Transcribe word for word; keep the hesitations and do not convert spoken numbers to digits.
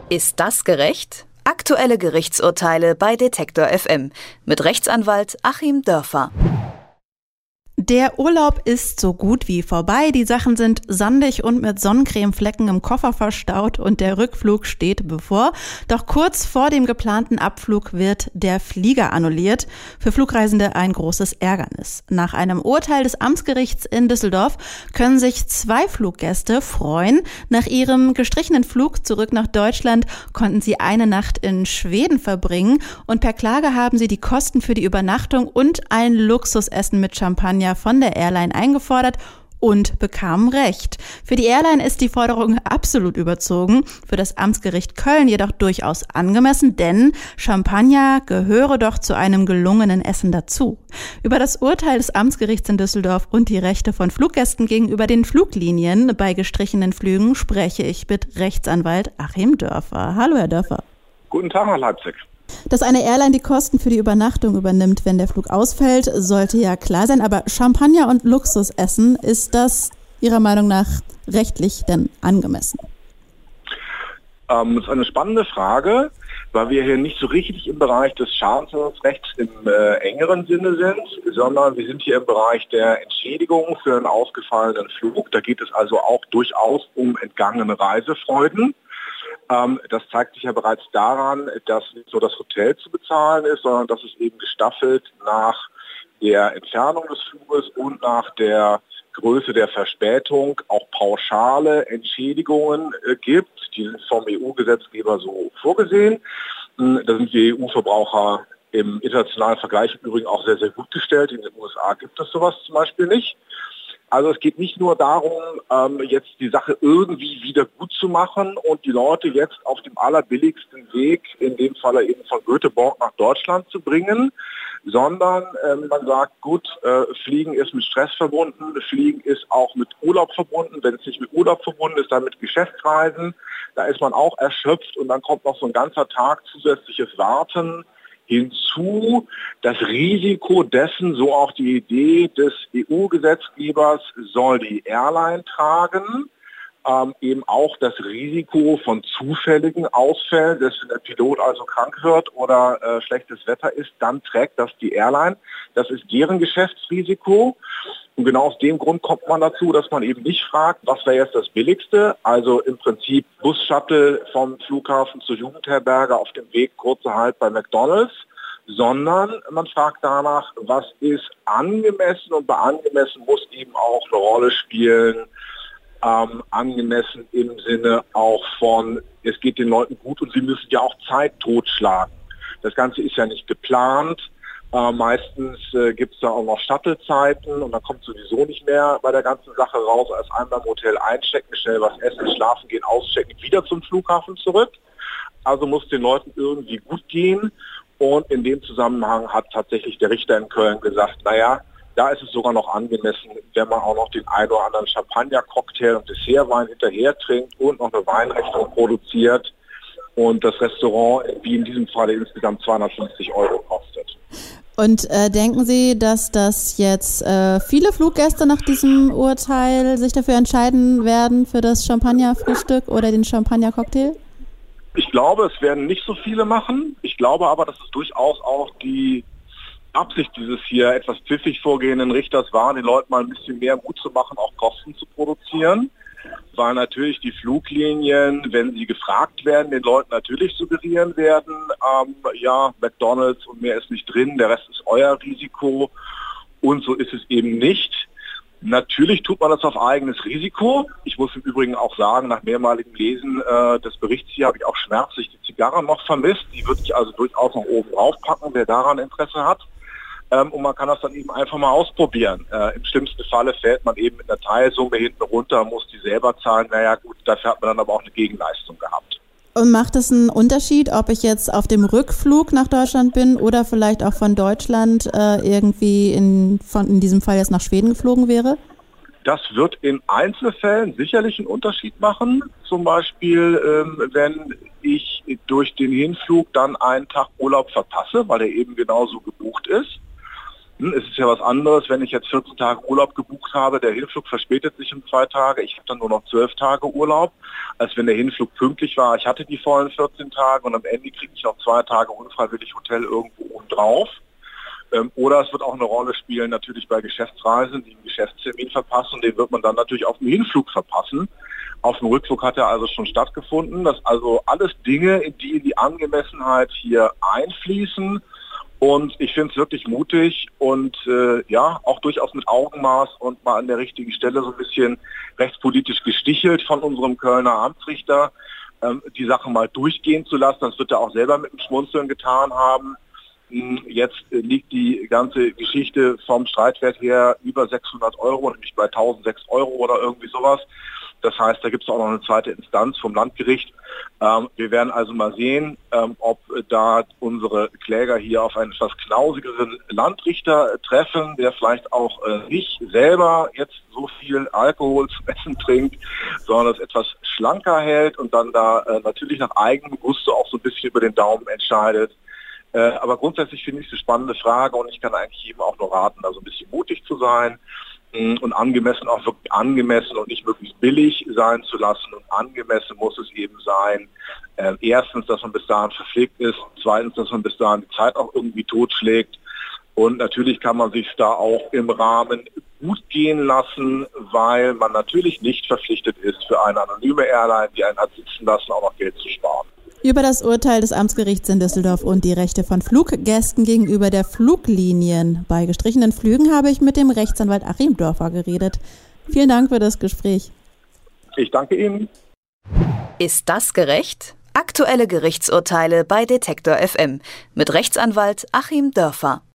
Ist das gerecht? Aktuelle Gerichtsurteile bei Detektor F M mit Rechtsanwalt Achim Dörfer. Der Urlaub ist so gut wie vorbei. Die Sachen sind sandig und mit Sonnencremeflecken im Koffer verstaut und der Rückflug steht bevor. Doch kurz vor dem geplanten Abflug wird der Flieger annulliert. Für Flugreisende ein großes Ärgernis. Nach einem Urteil des Amtsgerichts in Düsseldorf können sich zwei Fluggäste freuen. Nach ihrem gestrichenen Flug zurück nach Deutschland konnten sie eine Nacht in Schweden verbringen und per Klage haben sie die Kosten für die Übernachtung und ein Luxusessen mit Champagner von der Airline eingefordert und bekamen Recht. Für die Airline ist die Forderung absolut überzogen, für das Amtsgericht Köln jedoch durchaus angemessen, denn Champagner gehöre doch zu einem gelungenen Essen dazu. Über das Urteil des Amtsgerichts in Düsseldorf und die Rechte von Fluggästen gegenüber den Fluglinien bei gestrichenen Flügen spreche ich mit Rechtsanwalt Achim Dörfer. Hallo, Herr Dörfer. Guten Tag, Herr Leipzig. Dass eine Airline die Kosten für die Übernachtung übernimmt, wenn der Flug ausfällt, sollte ja klar sein. Aber Champagner und Luxusessen, ist das Ihrer Meinung nach rechtlich denn angemessen? Ähm, das ist eine spannende Frage, weil wir hier nicht so richtig im Bereich des Schadensersatzrechts im äh, engeren Sinne sind, sondern wir sind hier im Bereich der Entschädigung für einen ausgefallenen Flug. Da geht es also auch durchaus um entgangene Reisefreuden. Ähm, das zeigt sich ja bereits daran, dass nicht nur das Hotel zu bezahlen ist, sondern dass es eben gestaffelt nach der Entfernung des Fluges und nach der Größe der Verspätung auch pauschale Entschädigungen äh, gibt. Die sind vom E U-Gesetzgeber so vorgesehen. Ähm, da sind die E U-Verbraucher im internationalen Vergleich im Übrigen auch sehr, sehr gut gestellt. In den U S A gibt es sowas zum Beispiel nicht. Also es geht nicht nur darum, ähm, jetzt die Sache irgendwie wieder gut zu machen und die Leute jetzt auf dem allerbilligsten Weg, in dem Falle eben von Göteborg nach Deutschland zu bringen, sondern ähm, man sagt, gut, äh, Fliegen ist mit Stress verbunden, Fliegen ist auch mit Urlaub verbunden. Wenn es nicht mit Urlaub verbunden ist, dann mit Geschäftsreisen. Da ist man auch erschöpft und dann kommt noch so ein ganzer Tag zusätzliches Warten hinzu. Das Risiko dessen, so auch die Idee des E U-Gesetzgebers, soll die Airline tragen. Ähm, eben auch das Risiko von zufälligen Ausfällen, dass der Pilot also krank wird oder äh, schlechtes Wetter ist, dann trägt das die Airline. Das ist deren Geschäftsrisiko. Und genau aus dem Grund kommt man dazu, dass man eben nicht fragt, was wäre jetzt das Billigste. Also im Prinzip Bus-Shuttle vom Flughafen zur Jugendherberge auf dem Weg kurzer Halt bei McDonald's, sondern man fragt danach, was ist angemessen, und bei angemessen muss eben auch eine Rolle spielen, ähm, angemessen im Sinne auch von, es geht den Leuten gut und sie müssen ja auch Zeit totschlagen. Das Ganze ist ja nicht geplant. Äh, meistens äh, gibt es da auch noch Shuttle-Zeiten und dann kommt sowieso nicht mehr bei der ganzen Sache raus, als einmal im Hotel einchecken, schnell was essen, schlafen gehen, auschecken, wieder zum Flughafen zurück. Also muss den Leuten irgendwie gut gehen, und in dem Zusammenhang hat tatsächlich der Richter in Köln gesagt, naja, da ist es sogar noch angemessen, wenn man auch noch den ein oder anderen Champagner-Cocktail und Dessertwein hinterher trinkt und noch eine Weinrechnung produziert und das Restaurant, wie in diesem Falle, insgesamt zweihundertfünfzig Euro kostet. Und äh, denken Sie, dass das jetzt äh, viele Fluggäste nach diesem Urteil sich dafür entscheiden werden, für das Champagner-Frühstück oder den Champagner-Cocktail? Ich glaube, es werden nicht so viele machen. Ich glaube aber, dass es durchaus auch die Absicht dieses hier etwas pfiffig vorgehenden Richters war, den Leuten mal ein bisschen mehr Mut zu machen, auch Kosten zu produzieren. Weil natürlich die Fluglinien, wenn sie gefragt werden, den Leuten natürlich suggerieren werden, ähm, ja, McDonald's und mehr ist nicht drin, der Rest ist euer Risiko. Und so ist es eben nicht. Natürlich tut man das auf eigenes Risiko. Ich muss im Übrigen auch sagen, nach mehrmaligem Lesen äh, des Berichts hier habe ich auch schmerzlich die Zigarre noch vermisst. Die würde ich also durchaus noch oben draufpacken, wer daran Interesse hat. Ähm, und man kann das dann eben einfach mal ausprobieren. Äh, Im schlimmsten Falle fällt man eben mit einer Teilsumme hinten runter, muss die selber zahlen. Naja gut, dafür hat man dann aber auch eine Gegenleistung gehabt. Und macht es einen Unterschied, ob ich jetzt auf dem Rückflug nach Deutschland bin oder vielleicht auch von Deutschland äh, irgendwie in, von, in diesem Fall jetzt nach Schweden geflogen wäre? Das wird in Einzelfällen sicherlich einen Unterschied machen. Zum Beispiel, ähm, wenn ich durch den Hinflug dann einen Tag Urlaub verpasse, weil er eben genauso gebucht ist. Es ist ja was anderes, wenn ich jetzt vierzehn Tage Urlaub gebucht habe, der Hinflug verspätet sich um zwei Tage, ich habe dann nur noch zwölf Tage Urlaub, als wenn der Hinflug pünktlich war. Ich hatte die vollen vierzehn Tage und am Ende kriege ich noch zwei Tage unfreiwillig Hotel irgendwo oben drauf. Ähm, oder es wird auch eine Rolle spielen natürlich bei Geschäftsreisen, die einen Geschäftstermin verpassen, den wird man dann natürlich auf dem Hinflug verpassen. Auf dem Rückflug hat er also schon stattgefunden. Das also alles Dinge, die in die Angemessenheit hier einfließen. Und ich finde es wirklich mutig und äh, ja, auch durchaus mit Augenmaß und mal an der richtigen Stelle so ein bisschen rechtspolitisch gestichelt von unserem Kölner Amtsrichter, ähm, die Sache mal durchgehen zu lassen. Das wird er auch selber mit dem Schmunzeln getan haben. Jetzt äh, liegt die ganze Geschichte vom Streitwert her über sechshundert Euro, nämlich bei tausendsechs Euro oder irgendwie sowas. Das heißt, da gibt es auch noch eine zweite Instanz vom Landgericht. Ähm, wir werden also mal sehen, ähm, ob da unsere Kläger hier auf einen etwas knausigeren Landrichter treffen, der vielleicht auch äh, nicht selber jetzt so viel Alkohol zum Essen trinkt, sondern es etwas schlanker hält und dann da äh, natürlich nach eigenem Gusto auch so ein bisschen über den Daumen entscheidet. Äh, aber grundsätzlich finde ich es eine spannende Frage und ich kann eigentlich jedem auch nur raten, da so ein bisschen mutig zu sein und angemessen auch wirklich angemessen und nicht möglichst billig sein zu lassen. Und angemessen muss es eben sein, äh, erstens, dass man bis dahin verpflegt ist, zweitens, dass man bis dahin die Zeit auch irgendwie totschlägt. Und natürlich kann man sich da auch im Rahmen gut gehen lassen, weil man natürlich nicht verpflichtet ist, für eine anonyme Airline, die einen hat sitzen lassen, auch noch Geld zu sparen. Über das Urteil des Amtsgerichts in Düsseldorf und die Rechte von Fluggästen gegenüber der Fluglinien bei gestrichenen Flügen habe ich mit dem Rechtsanwalt Achim Dörfer geredet. Vielen Dank für das Gespräch. Ich danke Ihnen. Ist das gerecht? Aktuelle Gerichtsurteile bei Detektor F M mit Rechtsanwalt Achim Dörfer.